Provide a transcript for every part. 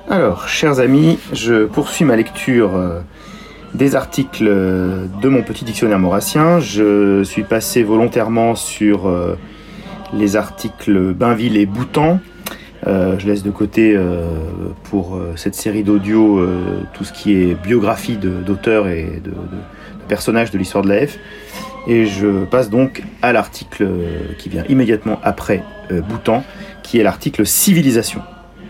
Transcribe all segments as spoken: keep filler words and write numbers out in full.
Alors, chers amis, je poursuis ma lecture euh, des articles de mon petit dictionnaire maurassien. Je suis passé volontairement sur euh, les articles Bainville et Boutan. Euh, je laisse de côté euh, pour euh, cette série d'audio euh, tout ce qui est biographie de, d'auteurs et de, de, de personnages de l'histoire de l'A F. Et je passe donc à l'article qui vient immédiatement après euh, Boutan, qui est l'article Civilisation.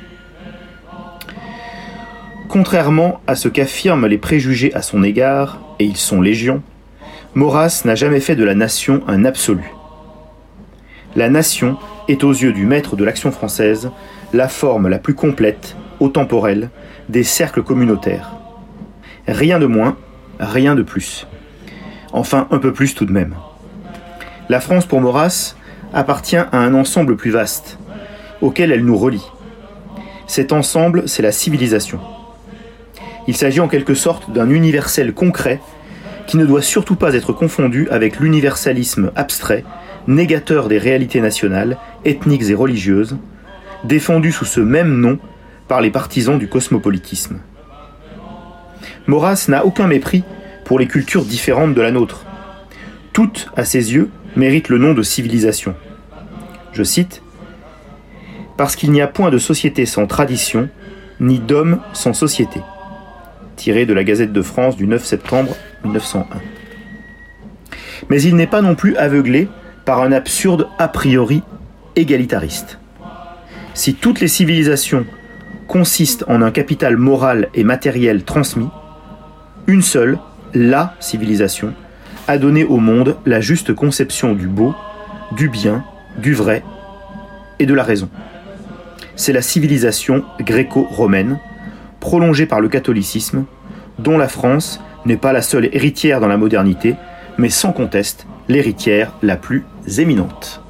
Contrairement à ce qu'affirment les préjugés à son égard, et ils sont légion, Maurras n'a jamais fait de la nation un absolu. La nation est aux yeux du maître de l'action française la forme la plus complète, au temporel, des cercles communautaires. Rien de moins, rien de plus. Enfin, un peu plus tout de même. La France, pour Maurras, appartient à un ensemble plus vaste, auquel elle nous relie. Cet ensemble, c'est la civilisation. Il s'agit en quelque sorte d'un universel concret qui ne doit surtout pas être confondu avec l'universalisme abstrait, négateur des réalités nationales, ethniques et religieuses, défendu sous ce même nom par les partisans du cosmopolitisme. Maurras n'a aucun mépris pour les cultures différentes de la nôtre. Toutes, à ses yeux, méritent le nom de civilisation. Je cite « Parce qu'il n'y a point de société sans tradition, ni d'homme sans société », tiré de la Gazette de France du neuf septembre mille neuf cent un. Mais il n'est pas non plus aveuglé par un absurde a priori égalitariste. Si toutes les civilisations consistent en un capital moral et matériel transmis, une seule, la civilisation, a donné au monde la juste conception du beau, du bien, du vrai et de la raison. C'est la civilisation gréco-romaine, prolongée par le catholicisme, dont la France n'est pas la seule héritière dans la modernité, mais sans conteste l'héritière la plus éminente.